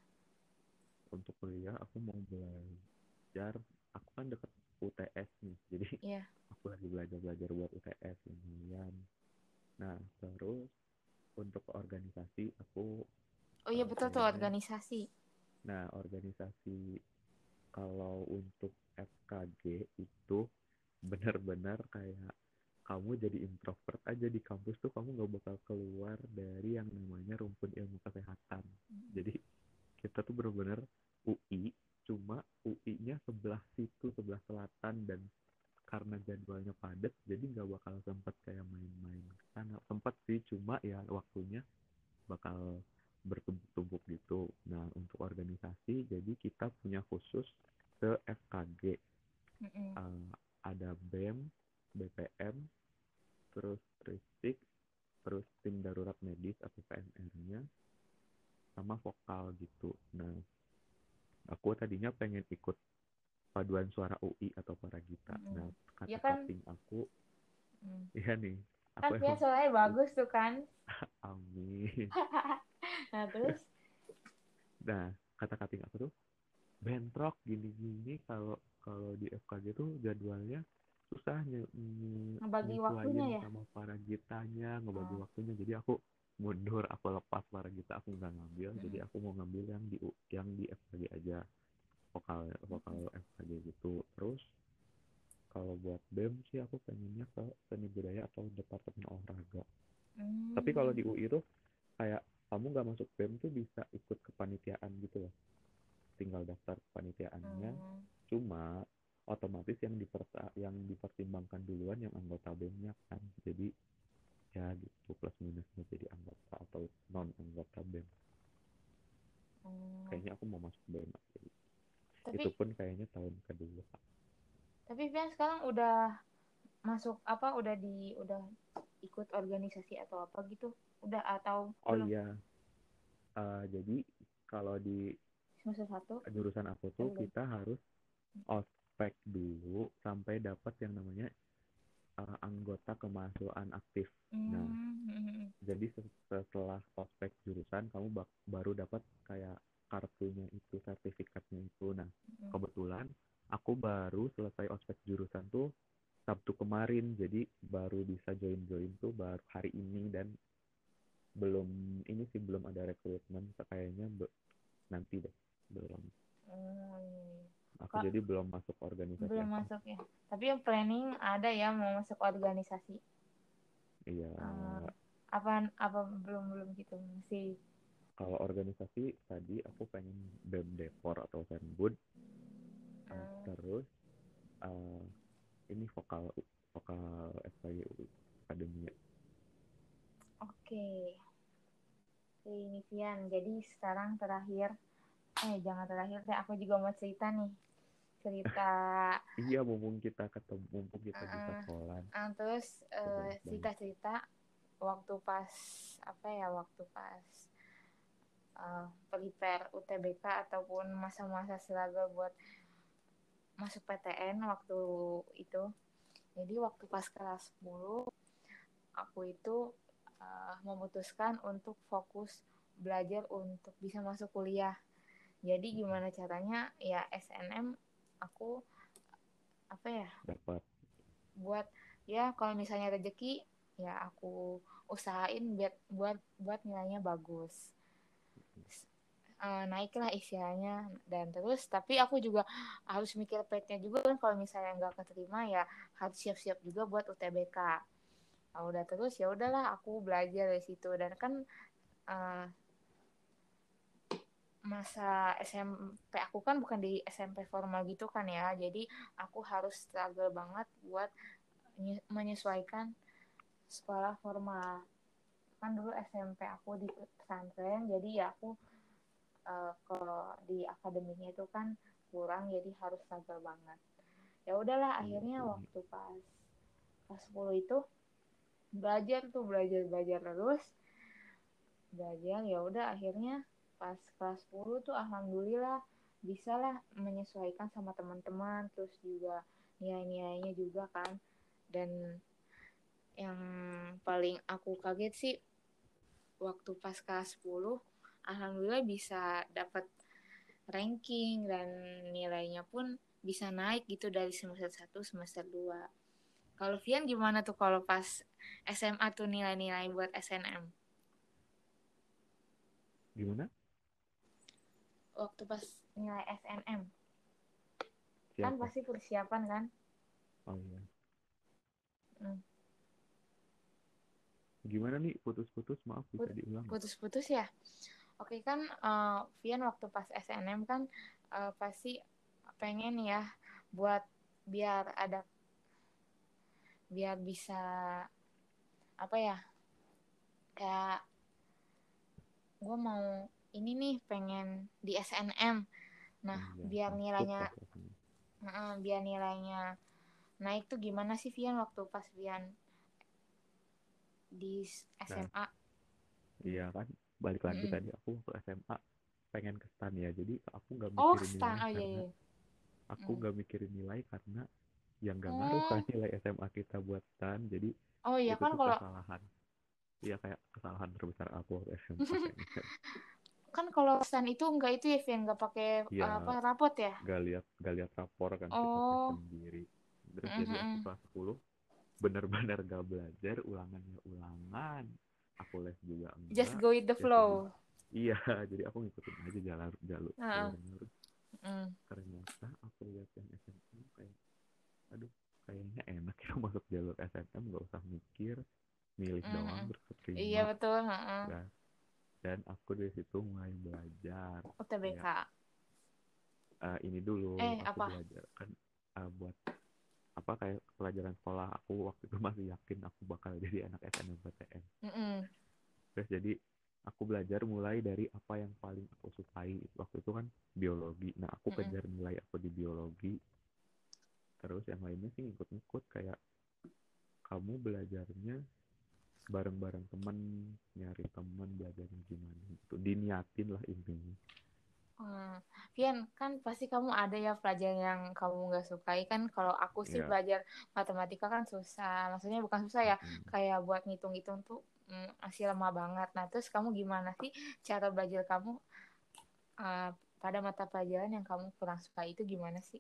untuk kuliah aku mau belajar. Aku kan deket U T S nih, jadi Iya. aku lagi belajar-belajar buat U T S lumayan. Nah, terus untuk organisasi aku Oh iya uh, betul tuh pengennya. organisasi. Nah, organisasi kalau untuk F K G itu benar-benar kayak kamu jadi introvert aja di kampus tuh, kamu gak bakal keluar dari yang namanya rumpun ilmu kesehatan. Jadi kita tuh benar-benar U I, cuma U I-nya sebelah situ, sebelah selatan, dan karena jadwalnya padat jadi nggak bakal sempat kayak main-main ke sana. Sempat sih, cuma ya waktunya bakal bertumpuk-tumpuk gitu. Nah, untuk organisasi jadi kita punya khusus ke F K G. Mm-mm. Uh, ada B E M, B P M, terus Tristik, terus tim darurat medis atau P M R-nya, sama vokal gitu. Nah, aku tadinya pengen ikut paduan suara U I atau Paragita. Nah, Mm-mm. Ya kata kan, kating aku, mm. iya nih, Kan aku Pian emang soalnya bagus tuh kan. amin. Nah terus, Nah, kata kating aku tuh bentrok gini-gini, kalau kalau di F K G tuh jadwalnya susah nye, nye, ngebagi waktunya nyesuaiin ya. sama para gitanya, ngebagi Oh. waktunya. Jadi aku mundur, aku lepas para gita, aku nggak ngambil. Jadi Mm-mm. aku mau ngambil yang di U- yang di F K G aja, vokal vokal F K G gitu. Terus kalau buat B E M sih aku pengennya ke seni budaya atau departemen olahraga. Tapi kalau Mm. di U I tuh kayak kamu nggak masuk B E M tuh bisa ikut kepanitiaan gitu loh, tinggal daftar kepanitiaannya. Mm. Cuma otomatis yang diperta yang dipertimbangkan duluan yang anggota B E M-nya kan. Jadi ya gitu, plus minusnya jadi anggota atau non anggota B E M. Mm. Kayaknya aku mau masuk B E M aja. Itu Tapi pun kayaknya tahun kedua. tapi Pian sekarang udah masuk apa? Udah di udah ikut organisasi atau apa gitu? Udah atau Oh belum? iya, uh, jadi kalau di Semester satu? jurusan aku Eh tuh belum. kita harus ospek dulu sampai dapat yang namanya uh, anggota kemahasiswaan aktif. Nah, Mm. jadi setelah ospek jurusan kamu bak- baru dapat kayak kartunya itu, sertifikatnya itu. Nah, Mm. kebetulan aku baru selesai ospek jurusan tuh Sabtu kemarin, jadi baru bisa join-join tuh baru hari ini. Dan belum ini sih, belum ada rekrutmen kayaknya, be- nanti deh, belum. Oh, iya. Aku Kak jadi belum masuk organisasi belum apa. masuk ya. Tapi yang planning ada ya mau masuk organisasi. Iya, Eh, apa apa belum belum gitu masih. kalau organisasi tadi aku pengen B E M Depor atau Senbud. Uh, Hmm, terus uh, ini vokal vokal F K Y U Akademia. oke. Oke, ini Pian. Jadi sekarang terakhir, eh jangan terakhir deh. Aku juga mau cerita nih. Cerita. Iya, mumpung kita ketemu, mumpung kita bisa eh, callan, eh, terus eh, sebanyak banyak. cerita-cerita waktu pas apa ya waktu pas eh, prepare U T B K ataupun masa-masa struggle buat masuk P T N waktu itu. Jadi waktu pas kelas sepuluh aku itu uh, memutuskan untuk fokus belajar untuk bisa masuk kuliah. Jadi gimana caranya ya S N M aku apa ya Dapat. buat ya kalau misalnya rezeki ya aku usahain buat buat buat nilainya bagus. Uh, naiklah istilahnya dan terus tapi aku juga harus mikir petnya juga kan kalau misalnya nggak keterima ya harus siap-siap juga buat U T B K. Nah, udah terus ya udahlah aku belajar dari situ dan kan uh, masa S M P aku kan bukan di S M P formal gitu kan ya jadi aku harus struggle banget buat menyesuaikan sekolah formal kan dulu S M P aku di pesantren jadi ya aku uh, kalau di akademiknya itu kan kurang jadi harus struggle banget ya udahlah Iya akhirnya sih. waktu pas pas sepuluh itu belajar tuh belajar belajar terus belajar ya udah akhirnya pas kelas sepuluh tuh alhamdulillah bisalah menyesuaikan sama teman-teman, terus juga nilai-nilainya juga kan. Dan yang paling aku kaget sih waktu pas kelas sepuluh, alhamdulillah bisa dapat ranking dan nilainya pun bisa naik gitu dari semester satu semester dua. Kalau Vian gimana tuh kalau pas S M A tuh nilai-nilai buat S N M? Gimana? Waktu pas nilai S N M kan Siapa? pasti persiapan kan. Oh iya. Hmm. Gimana nih putus-putus, maaf bisa Put- diulang nggak? putus-putus ya. Oke kan, uh, Vian waktu pas S N M kan uh, pasti pengen ya buat biar ada biar bisa apa ya, kayak gue mau ini nih pengen di S N M. Nah, Oh iya, biar masuk nilainya lah rasanya. uh, biar nilainya naik tuh gimana sih Vian waktu pas Vian di Nah, S M A? iya kan, balik lagi Mm-mm. tadi aku waktu S M A pengen ke STAN ya, jadi aku nggak Oh, mikirin stan. nilai Oh iya karena iya. aku Mm. nggak mikirin nilai karena yang nggak ngaruh kan Oh, nilai S M A kita buat STAN, jadi oh iya itu kan tuh kalau kesalahan. Iya, kayak kesalahan terbesar aku waktu S M A kayaknya. kan kalau stan itu enggak itu ya Vian, enggak pakai Iya, uh, apa rapot ya? gak lihat gak lihat rapor kan, kita tes Oh, sendiri. Terus jadi aku mm-mm. kelas sepuluh bener-bener gak belajar, ulangannya ulangan, aku les juga Just enggak. go with the Ya sudah, flow. iya. Jadi aku ngikutin aja jalur jalur Heeh. jalurnya. Terus Mm. ternyata aku lihat yang S M M kayak, aduh, kayaknya enak ya masuk jalur S M M, gak usah mikir, milih doang Mm-mm. terus Iya keterima. betul. Heeh. Dan dan aku dari situ mulai belajar kayak U T B K. eh, ini dulu Eh aku apa? belajar kan, eh, buat apa, kayak pelajaran sekolah aku waktu itu masih yakin aku bakal jadi anak S N M P T N. Mm-mm. Terus jadi aku belajar mulai dari apa yang paling aku sukai. Waktu itu kan biologi, nah aku Mm-mm. kejar nilai aku di biologi. Terus yang lainnya sih ngikut-ngikut, kayak kamu belajarnya bareng-bareng temen, nyari temen belajarnya gimana gitu, diniatin lah intinya. Hmm. Vian, kan pasti kamu ada ya pelajaran yang kamu nggak sukai kan. Kalau aku sih Ya. belajar matematika kan susah. Maksudnya bukan susah ya, Mm-mm. kayak buat ngitung-ngitung tuh mm, masih lemah banget. Nah, terus kamu gimana sih cara belajar kamu uh, pada mata pelajaran yang kamu kurang suka itu gimana sih?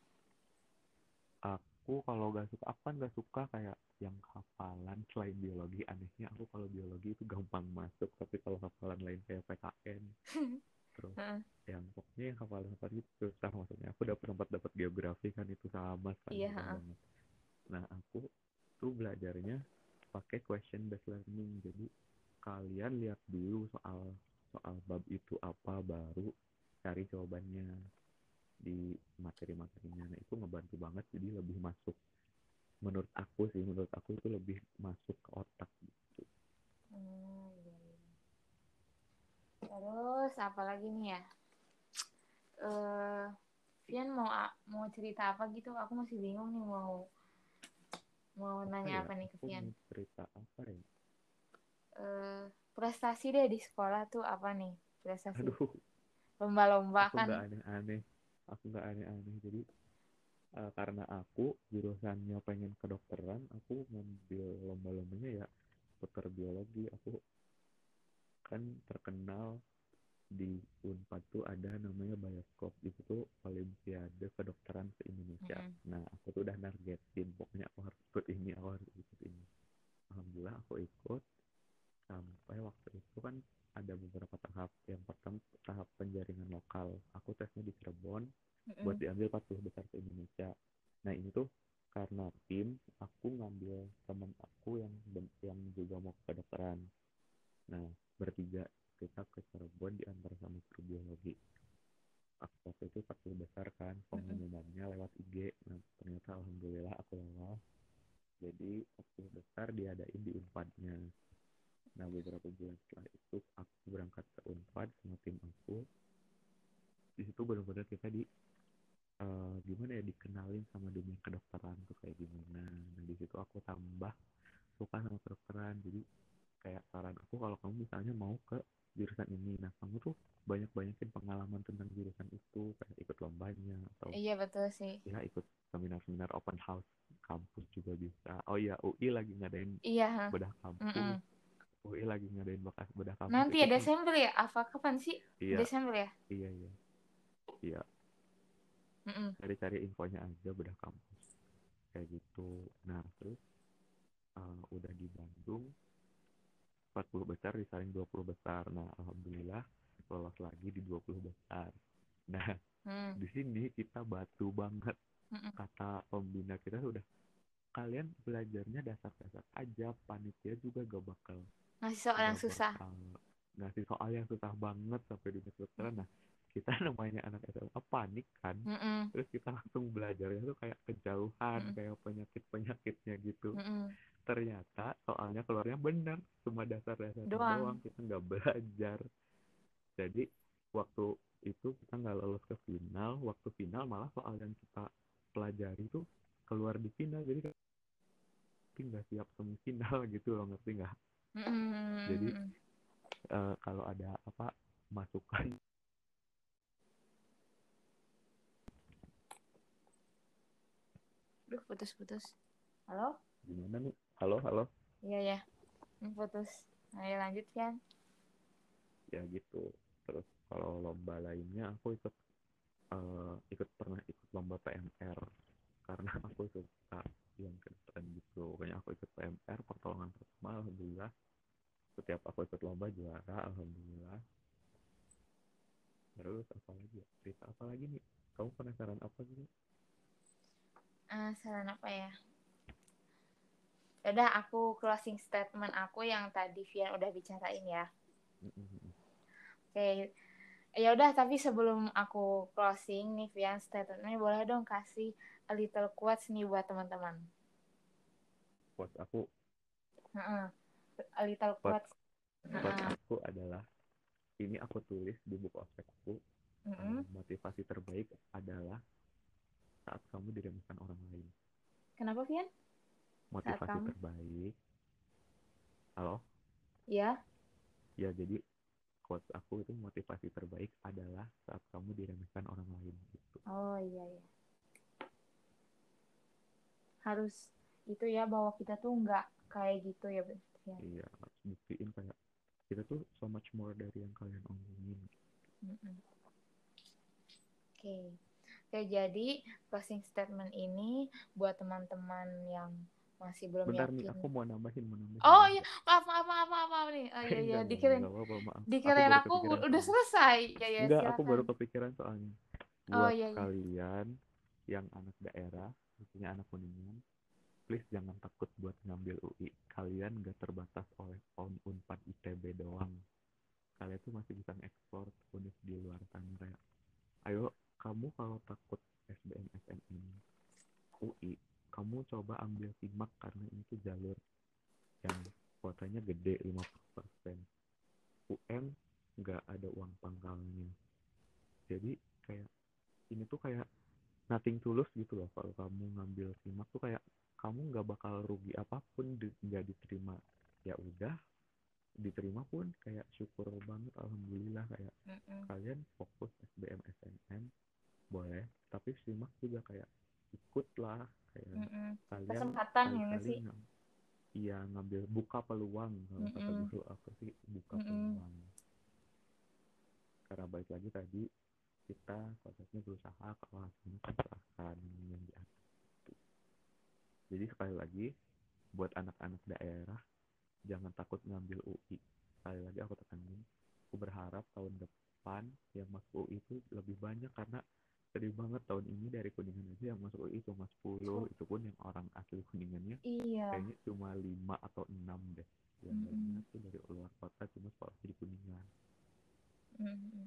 Aku kalau gak suka, aku kan gak suka kayak yang hafalan selain biologi. Anehnya aku kalau biologi itu gampang masuk, tapi kalau hafalan lain kayak P K N, terus Heeh. yang pokoknya yang hafalan-hafalan itu susah maksudnya. Aku dapat tempat dapat geografi kan, itu sama sekali Iya, susah heeh. banget. Nah, aku tuh belajarnya pakai question based learning. Jadi kalian lihat dulu soal soal bab itu apa, baru cari jawabannya di materi-materinya. Nah, itu ngebantu banget, jadi lebih masuk. Menurut aku sih, menurut aku itu lebih masuk ke otak gitu. Hmm, iya, iya. Terus apa lagi nih ya? Eh, Vian mau mau cerita apa gitu? Aku masih bingung nih mau mau Apa nanya ya, apa nih ke aku Vian. mau cerita apa ya. Eh, prestasi deh di sekolah tuh apa nih? Prestasi Aduh, lomba-lomba aku kan? nggak aneh-aneh, aku nggak aneh-aneh. Jadi eh, karena aku jurusannya pengen kedokteran, aku ngambil lomba-lombanya ya putar biologi. Aku kan terkenal di Unpad tuh ada namanya Bioskop, itu tuh Olimpiade Kedokteran se-Indonesia. Mm-mm. Nah, aku tuh udah nargetin, pokoknya aku harus ikut ini, aku harus ikut ini. Alhamdulillah aku ikut. Sampai waktu itu kan ada beberapa tahap. Yang pertama tahap penjaringan lokal, aku tesnya di Cirebon buat Mm-mm. diambil empat puluh besar se Indonesia. Nah, ini tuh karena tim, aku ngambil teman aku yang yang juga mau ke kedokteran. Nah, bertiga kita ke Cirebon diantar sama guru biologi. Waktu itu empat puluh besar kan, Mm-mm. pengumumannya lewat I G. Nah, ternyata alhamdulillah aku lolos. Jadi empat puluh besar diadain di Unpadnya. Nah, beberapa bulan setelah itu aku berangkat ke Unpad sama tim aku. Di situ benar-benar kita di eh, gimana ya, dikenalin sama dunia kedokteran tuh kayak gimana. Nah, di situ aku tambah suka sama kedokteran. Jadi kayak saran aku, kalau kamu misalnya mau ke jurusan ini, nah kamu tuh banyak-banyakin pengalaman tentang jurusan itu, kayak iya betul sih. Ya ikut seminar-seminar open house kampus juga bisa. Oh iya, U I lagi ngadain Iya, ha. bedah kampus. Mm-mm. U I lagi ngadain bekas bedah kampus Nanti itu ya tuh. Desember ya? Apa kapan sih? Iya, Desember ya? iya, iya. Iya, Mm-mm. cari-cari infonya aja bedah kampus kayak gitu. Nah, terus uh, udah di Bandung empat puluh besar disaring dua puluh besar. Nah, alhamdulillah lolos lagi di dua puluh besar. Nah, Mm. di sini kita batu banget, Mm-mm. kata pembina kita sudah, kalian belajarnya dasar-dasar aja, panitia juga gak bakal Ngasih soal yang gak susah. bakal ngasih soal yang susah banget sampai di kedokteran. Nah, kita namanya anak S M A panik kan, Mm-mm. terus kita langsung belajarnya tuh kayak kejauhan, Mm-mm. kayak penyakit-penyakitnya gitu. Mm-mm. Ternyata soalnya keluarnya benar, cuma dasar-dasarnya doang, Doang. kita nggak belajar. Jadi waktu itu kita nggak lolos ke final, waktu final malah soal yang kita pelajari tuh keluar di final, jadi nggak siap semifinal gitu loh, ngerti nggak? Jadi Mm-mm. uh, kalau ada apa masukan. Duh, putus-putus. Halo? Gimana nih? Halo, halo. Iya ya. Hmm, putus. Ayo lanjut kan. Ya gitu. Terus kalau lomba lainnya aku ikut uh, ikut pernah ikut lomba P M R karena aku suka yang keren gitu. Pokoknya aku ikut P M R pertolongan pertama, alhamdulillah. Setiap aku ikut lomba juara, alhamdulillah. Terus apa lagi ya? Cerita apa lagi nih? Kamu penasaran apa sih? Uh, saran apa ya? Udah aku closing statement aku yang tadi Vian udah bicarain ya. Oke, ya udah tapi sebelum aku closing nih Vian statementnya boleh dong kasih a little quotes nih buat teman-teman. Quotes aku, Uh-uh. A little quotes, quotes. quotes Uh-uh. aku adalah, ini aku tulis di buku ospekku. Uh, Uh-uh. motivasi terbaik adalah saat kamu diremehkan orang lain. Kenapa Vian? Saat Motivasi kamu? terbaik, halo? Ya. Ya, jadi quotes aku itu motivasi terbaik adalah saat kamu diremehkan orang lain gitu. Oh iya iya. Harus itu ya bahwa kita tuh nggak kayak gitu ya Vian. Iya, harus buktiin kayak kita tuh so much more dari yang kalian omongin. Uh-uh. Oke. Okay. Oke, jadi closing statement ini buat teman-teman yang masih belum Bentar nih, yakin. aku mau nambahin, mau nambahin Oh iya, bentar. maaf maaf maaf maaf, maaf nih. Oh iya iya, enggak, enggak, enggak, dikirain enggak apa-apa, maaf. Aku dikirain baru aku kepikiran udah soalnya. selesai. Ya ya, Enggak, aku baru silakan. kepikiran soalnya. Oh Buat iya iya. kalian yang anak daerah, khususnya anak Kuningan, please jangan takut buat ngambil U I. Kalian gak terbatas oleh P O N, Unpad, I T B doang. Kalian tuh masih bisa ekspor univ di luar sana kayak. Ayo, kamu kalau takut S B M S N M U I, kamu coba ambil SIMAK karena ini tuh jalur yang kuotanya gede lima puluh persen. U M nggak ada uang pangkalnya. Jadi kayak ini tuh kayak nothing tulus gitu loh. Kalau kamu ngambil SIMAK tuh kayak kamu nggak bakal rugi apapun, nggak diterima. Ya udah, diterima pun kayak syukur banget, alhamdulillah, kayak Mm-mm. kalian fokus S B M S N M boleh, tapi SIMAK juga kayak ikut lah, kayak Mm-mm. kalian Kesempatan ini sekali-kali sih. ng- iya ngambil, buka peluang, kalau kata Mm-mm. guru aku sih buka Mm-mm. peluang. Karena balik lagi tadi, kita prosesnya berusaha, kalau hasilnya kan serahkan yang di atas itu. Jadi sekali lagi buat anak-anak daerah, jangan takut ngambil U I. Sekali lagi aku tekanin, aku berharap tahun depan yang masuk U I itu lebih banyak, karena sedih banget tahun ini dari Kuningan aja yang masuk U I cuma sepuluh, itu pun yang orang asli Kuningannya Iya. kayaknya cuma lima atau enam deh. Yang lainnya Mm-mm. tuh dari luar kota cuma sekolah di Kuningan. Mm-mm.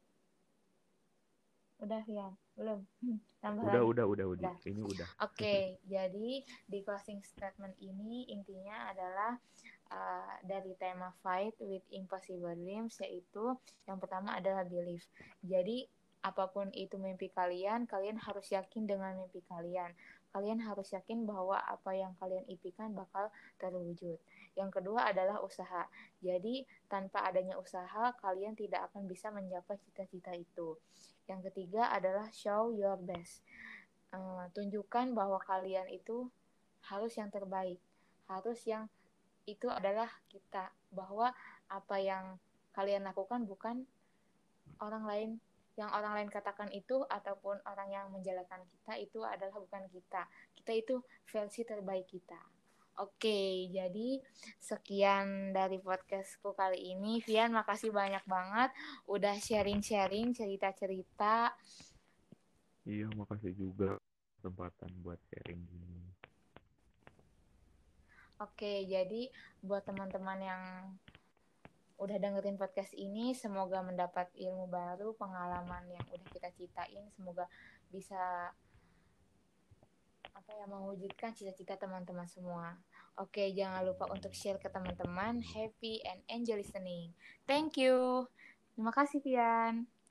Udah Vian? Belum? Hmm, tambah Udah, lagi. udah, udah, udah. Udah. Ini udah. Oke, okay, jadi di closing statement ini intinya adalah uh, dari tema Fight with Impossible Dreams, yaitu yang pertama adalah belief. Jadi apapun itu mimpi kalian, kalian harus yakin dengan mimpi kalian. kalian harus yakin bahwa apa yang kalian impikan bakal terwujud. Yang kedua adalah usaha. Jadi tanpa adanya usaha, kalian tidak akan bisa mencapai cita-cita itu. Yang ketiga adalah show your best. Uh, tunjukkan bahwa kalian itu harus yang terbaik, harus yang itu adalah kita, bahwa apa yang kalian lakukan bukan orang lain, yang orang lain katakan itu ataupun orang yang menjelekan kita itu adalah bukan kita. Kita itu versi terbaik kita. Oke, jadi sekian dari podcastku kali ini. Vian, makasih banyak banget udah sharing-sharing cerita-cerita. Iya, makasih juga kesempatan buat sharing ini. Oke, jadi buat teman-teman yang udah dengerin podcast ini, semoga mendapat ilmu baru, pengalaman yang udah kita ceritain, semoga bisa apa ya mewujudkan cita-cita teman-teman semua. Oke, jangan lupa untuk share ke teman-teman. Happy and enjoy listening. Thank you. Terima kasih, Pian.